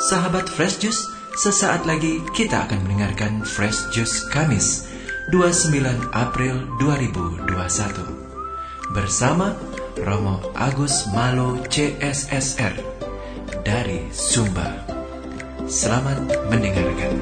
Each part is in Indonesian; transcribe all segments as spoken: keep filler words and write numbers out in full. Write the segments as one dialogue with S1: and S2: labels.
S1: Sahabat Fresh Juice, sesaat lagi kita akan mendengarkan Fresh Juice Kamis dua puluh sembilan April dua ribu dua puluh satu bersama Romo Agus Malo C S S R dari Sumba. Selamat mendengarkan.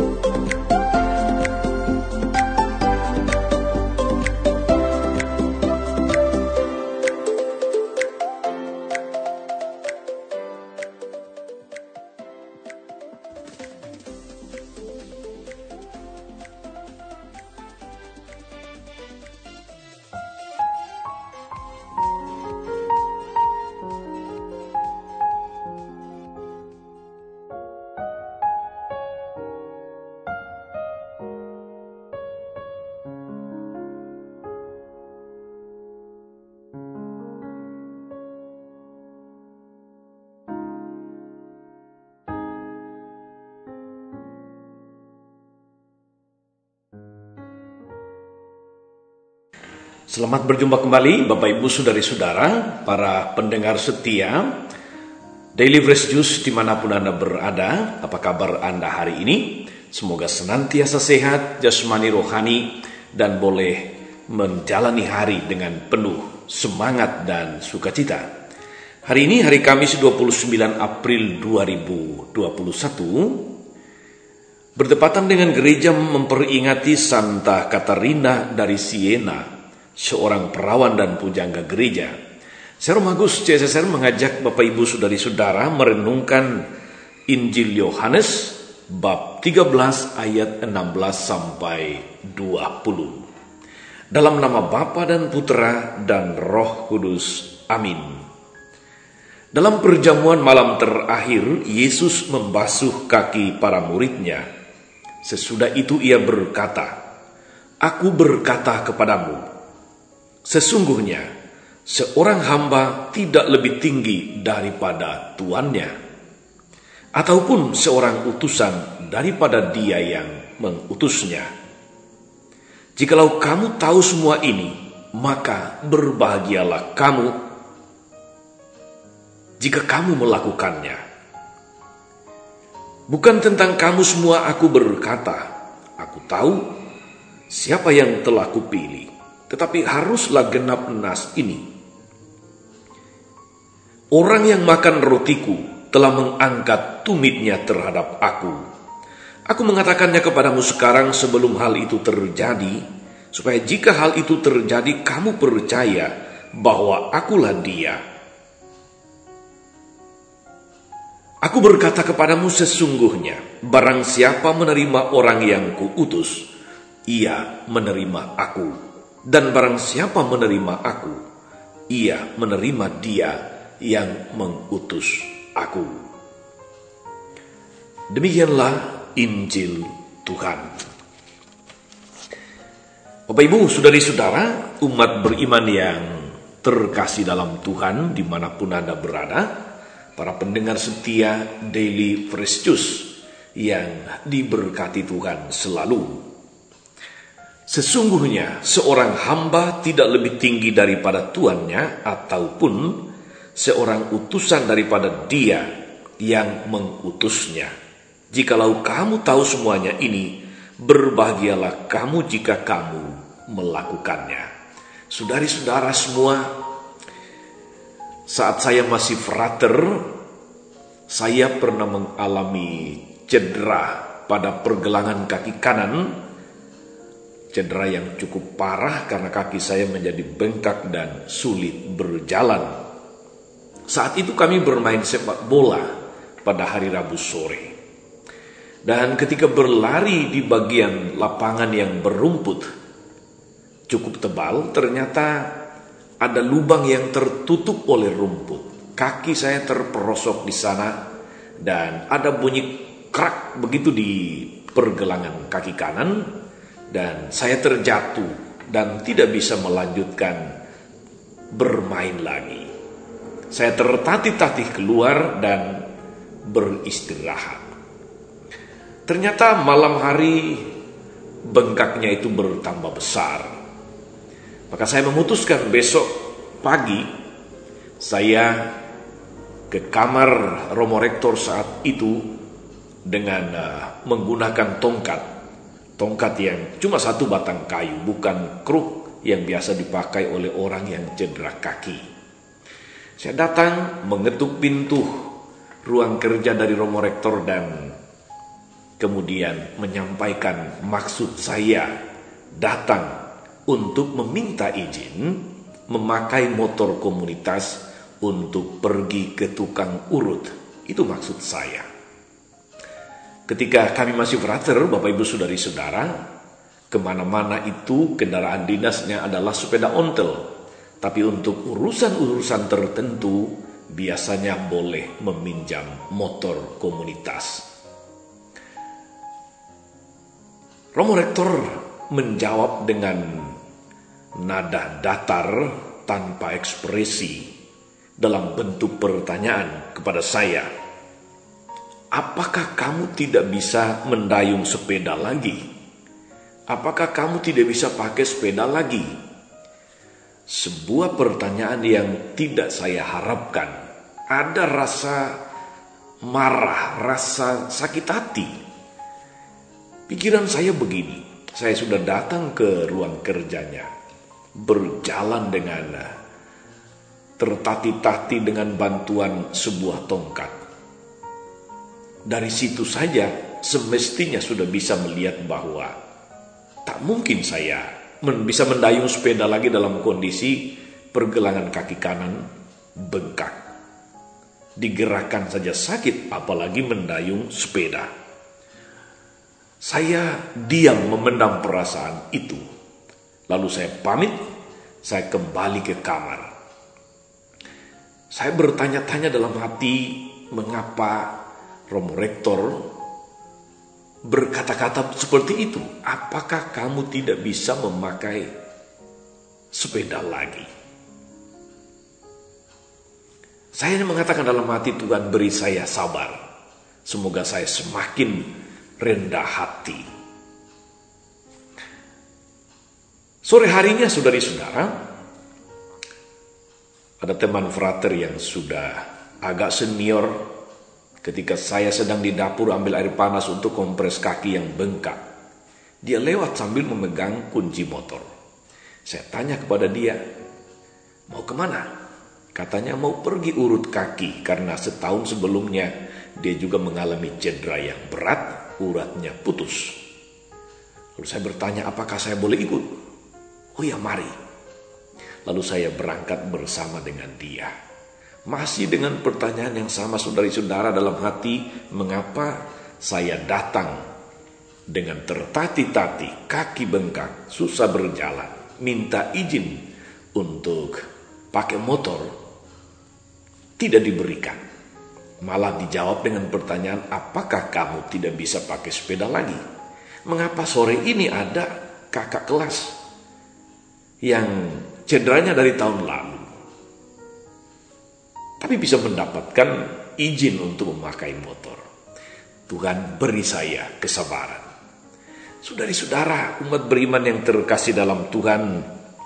S2: Selamat berjumpa kembali Bapak Ibu Saudari-saudara, para pendengar setia Daily Fresh Juice dimanapun Anda berada. Apa kabar Anda hari ini? Semoga senantiasa sehat, jasmani rohani, dan boleh menjalani hari dengan penuh semangat dan sukacita. Hari ini hari Kamis dua puluh sembilan April dua ribu dua puluh satu berdepatan dengan gereja memperingati Santa Katarina dari Siena, seorang perawan dan pujangga gereja. Saya Romo Agus C S S R mengajak Bapak Ibu Saudari-saudara merenungkan Injil Yohanes bab tiga belas ayat enam belas sampai dua puluh. Dalam nama Bapa dan Putra dan Roh Kudus. Amin. Dalam perjamuan malam terakhir, Yesus membasuh kaki para muridnya. Sesudah itu ia berkata, "Aku berkata kepadamu, sesungguhnya seorang hamba tidak lebih tinggi daripada tuannya, ataupun seorang utusan daripada dia yang mengutusnya. Jikalau kamu tahu semua ini, maka berbahagialah kamu jika kamu melakukannya. Bukan tentang kamu semua aku berkata, aku tahu siapa yang telah kupilih. Tetapi haruslah genap nas ini. Orang yang makan rotiku telah mengangkat tumitnya terhadap aku. Aku mengatakannya kepadamu sekarang sebelum hal itu terjadi, supaya jika hal itu terjadi kamu percaya bahwa akulah dia. Aku berkata kepadamu sesungguhnya, barang siapa menerima orang yang kuutus, ia menerima aku. Dan barang siapa menerima aku, ia menerima dia yang mengutus aku." Demikianlah Injil Tuhan. Bapak Ibu Saudari-saudara, umat beriman yang terkasih dalam Tuhan dimanapun Anda berada, para pendengar setia Daily Fresh Juice yang diberkati Tuhan selalu. Sesungguhnya seorang hamba tidak lebih tinggi daripada tuannya, ataupun seorang utusan daripada dia yang mengutusnya. Jikalau kamu tahu semuanya ini, berbahagialah kamu jika kamu melakukannya. Saudari-saudara semua, saat saya masih frater, saya pernah mengalami cedera pada pergelangan kaki kanan. Cedera yang cukup parah karena kaki saya menjadi bengkak dan sulit berjalan. Saat itu kami bermain sepak bola pada hari Rabu sore. Dan ketika berlari di bagian lapangan yang berumput cukup tebal, ternyata ada lubang yang tertutup oleh rumput. Kaki saya terperosok di sana dan ada bunyi krak begitu di pergelangan kaki kanan. Dan saya terjatuh dan tidak bisa melanjutkan bermain lagi. Saya tertatih-tatih keluar dan beristirahat. Ternyata malam hari bengkaknya itu bertambah besar. Maka saya memutuskan besok pagi saya ke kamar Romo Rektor saat itu dengan uh, menggunakan tongkat. Tongkat yang cuma satu batang kayu, bukan kruk yang biasa dipakai oleh orang yang cedera kaki. Saya datang mengetuk pintu ruang kerja dari Romo Rektor dan kemudian menyampaikan maksud saya datang untuk meminta izin memakai motor komunitas untuk pergi ke tukang urut. Itu maksud saya. Ketika kami masih frater, Bapak Ibu Saudari-saudara, kemana-mana itu kendaraan dinasnya adalah sepeda ontel. Tapi untuk urusan-urusan tertentu, biasanya boleh meminjam motor komunitas. Romo Rektor menjawab dengan nada datar tanpa ekspresi dalam bentuk pertanyaan kepada saya, apakah kamu tidak bisa mendayung sepeda lagi? Apakah kamu tidak bisa pakai sepeda lagi? Sebuah pertanyaan yang tidak saya harapkan. Ada rasa marah, rasa sakit hati. Pikiran saya begini, saya sudah datang ke ruang kerjanya, berjalan dengan tertati-tati dengan bantuan sebuah tongkat. Dari situ saja semestinya sudah bisa melihat bahwa tak mungkin saya bisa mendayung sepeda lagi dalam kondisi pergelangan kaki kanan bengkak. Digerakkan saja sakit, apalagi mendayung sepeda. Saya diam memendam perasaan itu. Lalu saya pamit, saya kembali ke kamar. Saya bertanya-tanya dalam hati, mengapa Romo Rektor berkata-kata seperti itu? Apakah kamu tidak bisa memakai sepeda lagi? Saya hanya mengatakan dalam hati, Tuhan beri saya sabar. Semoga saya semakin rendah hati. Sore harinya, saudari-saudara, ada teman frater yang sudah agak senior. Ketika saya sedang di dapur ambil air panas untuk kompres kaki yang bengkak, dia lewat sambil memegang kunci motor. Saya tanya kepada dia, mau kemana? Katanya mau pergi urut kaki karena setahun sebelumnya dia juga mengalami cedera yang berat, uratnya putus. Lalu saya bertanya, apakah saya boleh ikut? Oh ya, mari. Lalu saya berangkat bersama dengan dia. Masih dengan pertanyaan yang sama, saudari-saudara, dalam hati, mengapa saya datang dengan tertati-tati, kaki bengkak, susah berjalan, minta izin untuk pakai motor, tidak diberikan. Malah dijawab dengan pertanyaan, apakah kamu tidak bisa pakai sepeda lagi? Mengapa sore ini ada kakak kelas yang cederanya dari tahun lalu, tapi bisa mendapatkan izin untuk memakai motor? Tuhan beri saya kesabaran. Saudari-saudara, umat beriman yang terkasih dalam Tuhan,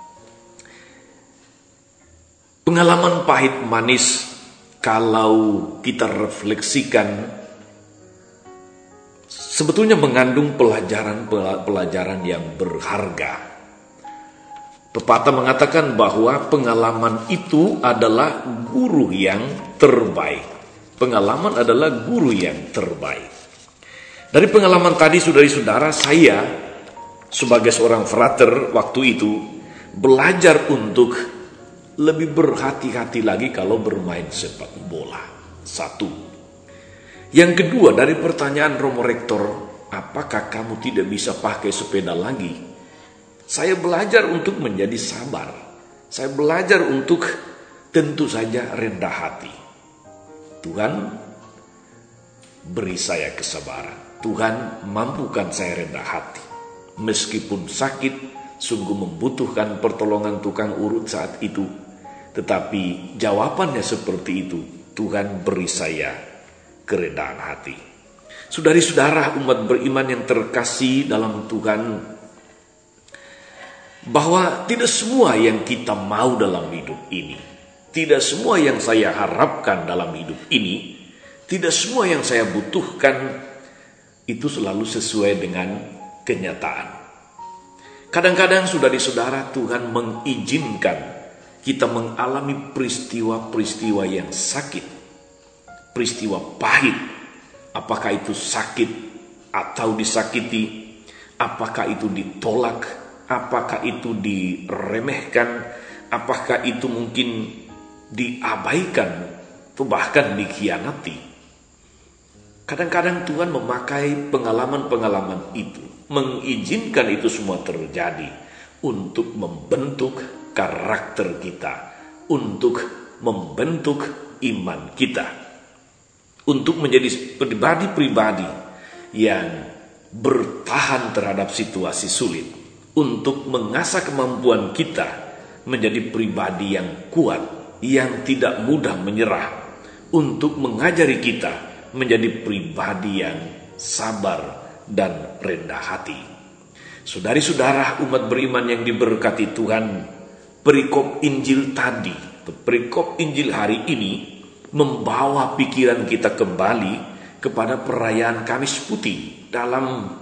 S2: pengalaman pahit manis kalau kita refleksikan sebetulnya mengandung pelajaran-pelajaran yang berharga. Pepatah mengatakan bahwa pengalaman itu adalah guru yang terbaik. Pengalaman adalah guru yang terbaik. Dari pengalaman tadi, saudari-saudara, saya sebagai seorang frater waktu itu belajar untuk lebih berhati-hati lagi kalau bermain sepak bola. Satu. Yang kedua, dari pertanyaan Romo Rektor, apakah kamu tidak bisa pakai sepeda lagi? Saya belajar untuk menjadi sabar. Saya belajar untuk tentu saja rendah hati. Tuhan beri saya kesabaran. Tuhan mampukan saya rendah hati. Meskipun sakit, sungguh membutuhkan pertolongan tukang urut saat itu. Tetapi jawabannya seperti itu. Tuhan beri saya kerendahan hati. Saudari-saudara, umat beriman yang terkasih dalam Tuhan, bahwa tidak semua yang kita mau dalam hidup ini Tidak semua yang saya harapkan dalam hidup ini, tidak semua yang saya butuhkan itu selalu sesuai dengan kenyataan. Kadang-kadang saudara-saudara, Tuhan mengizinkan kita mengalami peristiwa-peristiwa yang sakit, peristiwa pahit. Apakah itu sakit atau disakiti, apakah itu ditolak, apakah itu diremehkan, apakah itu mungkin diabaikan, atau bahkan dikhianati. Kadang-kadang Tuhan memakai pengalaman-pengalaman itu, mengizinkan itu semua terjadi untuk membentuk karakter kita, untuk membentuk iman kita, untuk menjadi pribadi-pribadi yang bertahan terhadap situasi sulit, untuk mengasah kemampuan kita menjadi pribadi yang kuat, yang tidak mudah menyerah, untuk mengajari kita menjadi pribadi yang sabar dan rendah hati. Saudari-saudara umat beriman yang diberkati Tuhan, perikop Injil tadi, perikop Injil hari ini membawa pikiran kita kembali kepada perayaan Kamis Putih dalam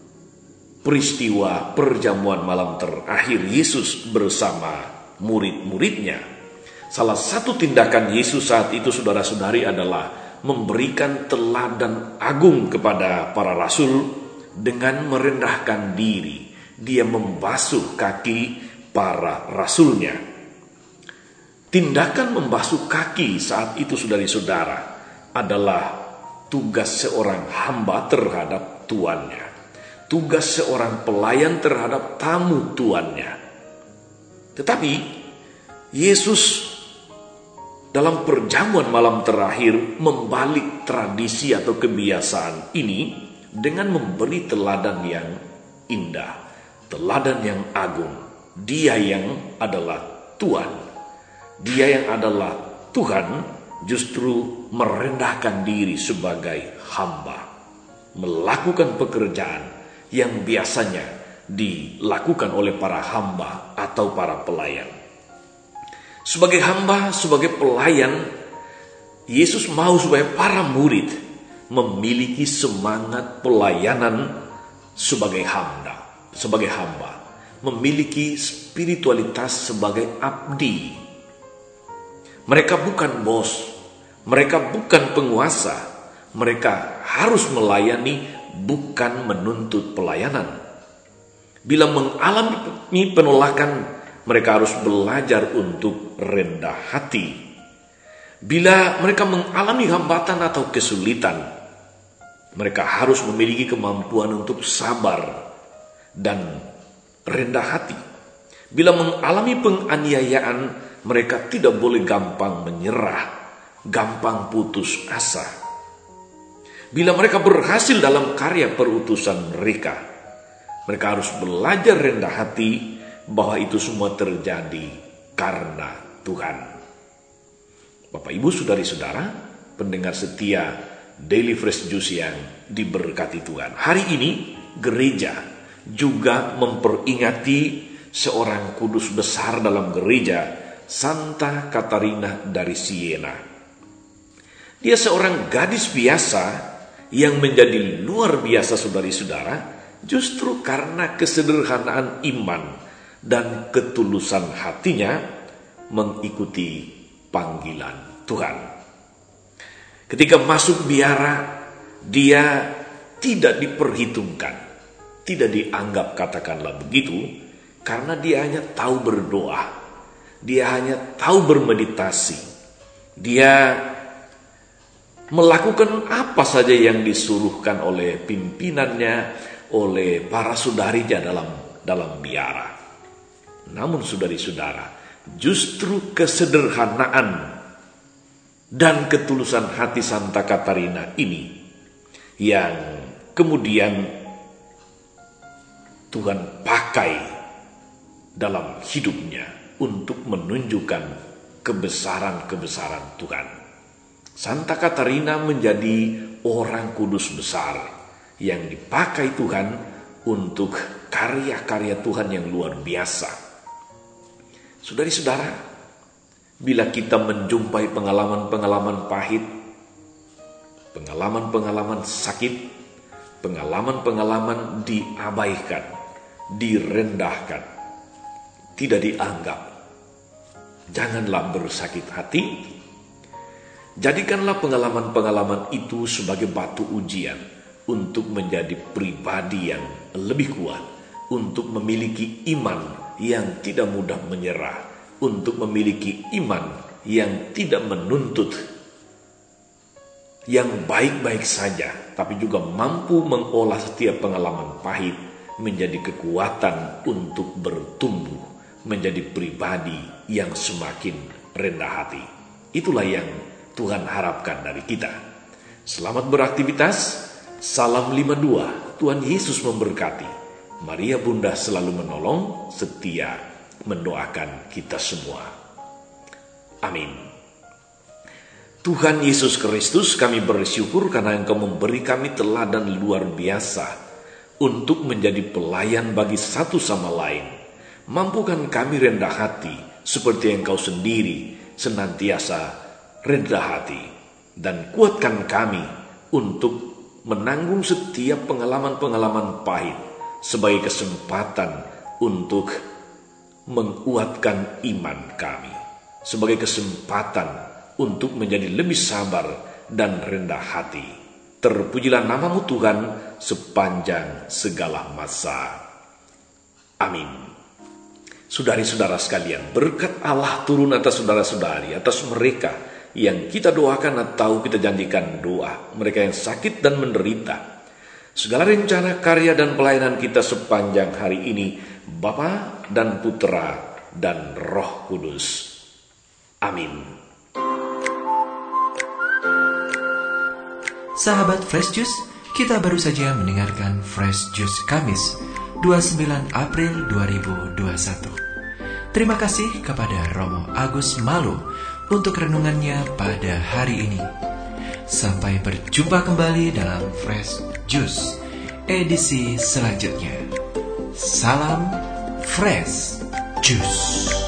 S2: peristiwa perjamuan malam terakhir Yesus bersama murid-muridnya. Salah satu tindakan Yesus saat itu, saudara-saudari, adalah memberikan teladan agung kepada para rasul dengan merendahkan diri. Dia membasuh kaki para rasulnya. Tindakan membasuh kaki saat itu, saudari-saudara, adalah tugas seorang hamba terhadap tuannya, tugas seorang pelayan terhadap tamu tuannya. Tetapi Yesus dalam perjamuan malam terakhir membalik tradisi atau kebiasaan ini dengan memberi teladan yang indah, teladan yang agung. Dia yang adalah Tuhan, dia yang adalah Tuhan justru merendahkan diri sebagai hamba, melakukan pekerjaan yang biasanya dilakukan oleh para hamba atau para pelayan. Sebagai hamba, sebagai pelayan, Yesus mau supaya para murid memiliki semangat pelayanan sebagai hamba, sebagai hamba, memiliki spiritualitas sebagai abdi. Mereka bukan bos, mereka bukan penguasa, mereka harus melayani, bukan menuntut pelayanan. Bila mengalami penolakan, mereka harus belajar untuk rendah hati. Bila mereka mengalami hambatan atau kesulitan, mereka harus memiliki kemampuan untuk sabar dan rendah hati. Bila mengalami penganiayaan, mereka tidak boleh gampang menyerah, gampang putus asa. Bila mereka berhasil dalam karya perutusan mereka, mereka harus belajar rendah hati, bahwa itu semua terjadi karena Tuhan. Bapak, Ibu, saudari-saudara, pendengar setia Daily Fresh Juice yang diberkati Tuhan. Hari ini gereja juga memperingati seorang kudus besar dalam gereja, Santa Katarina dari Siena. Dia seorang gadis biasa yang menjadi luar biasa, saudari-saudara, justru karena kesederhanaan iman dan ketulusan hatinya mengikuti panggilan Tuhan. Ketika masuk biara, dia tidak diperhitungkan, tidak dianggap, katakanlah begitu, karena dia hanya tahu berdoa, dia hanya tahu bermeditasi, dia melakukan apa saja yang disuruhkan oleh pimpinannya, oleh para saudarinya dalam dalam biara. Namun saudari-saudara, justru kesederhanaan dan ketulusan hati Santa Katarina ini yang kemudian Tuhan pakai dalam hidupnya untuk menunjukkan kebesaran-kebesaran Tuhan. Santa Katarina menjadi orang kudus besar yang dipakai Tuhan untuk karya-karya Tuhan yang luar biasa. Saudari-saudara, Bila kita menjumpai pengalaman-pengalaman pahit, pengalaman-pengalaman sakit, pengalaman-pengalaman diabaikan, direndahkan, tidak dianggap, janganlah bersakit hati. Jadikanlah pengalaman-pengalaman itu sebagai batu ujian untuk menjadi pribadi yang lebih kuat, untuk memiliki iman yang tidak mudah menyerah, untuk memiliki iman yang tidak menuntut yang baik-baik saja, tapi juga mampu mengolah setiap pengalaman pahit menjadi kekuatan untuk bertumbuh, menjadi pribadi yang semakin rendah hati. Itulah yang Tuhan harapkan dari kita. Selamat beraktivitas. Salam lima dua. Tuhan Yesus memberkati. Maria Bunda selalu menolong, setia mendoakan kita semua. Amin. Tuhan Yesus Kristus, kami bersyukur karena Engkau memberi kami teladan luar biasa untuk menjadi pelayan bagi satu sama lain. Mampukan kami rendah hati seperti Engkau sendiri senantiasa rendah hati, dan kuatkan kami untuk menanggung setiap pengalaman-pengalaman pahit sebagai kesempatan untuk menguatkan iman kami, sebagai kesempatan untuk menjadi lebih sabar dan rendah hati. Terpujilah namamu Tuhan sepanjang segala masa. Amin. Saudari-saudara sekalian, berkat Allah turun atas saudara-saudari, atas mereka yang kita doakan atau kita janjikan doa, mereka yang sakit dan menderita. Segala rencana, karya, dan pelayanan kita sepanjang hari ini, Bapa dan Putra dan Roh Kudus. Amin.
S1: Sahabat Fresh Juice, kita baru saja mendengarkan Fresh Juice Kamis dua puluh sembilan April dua ribu dua puluh satu. Terima kasih kepada Romo Agus Malu untuk renungannya pada hari ini. Sampai berjumpa kembali dalam Fresh Juice edisi selanjutnya. Salam Fresh Juice.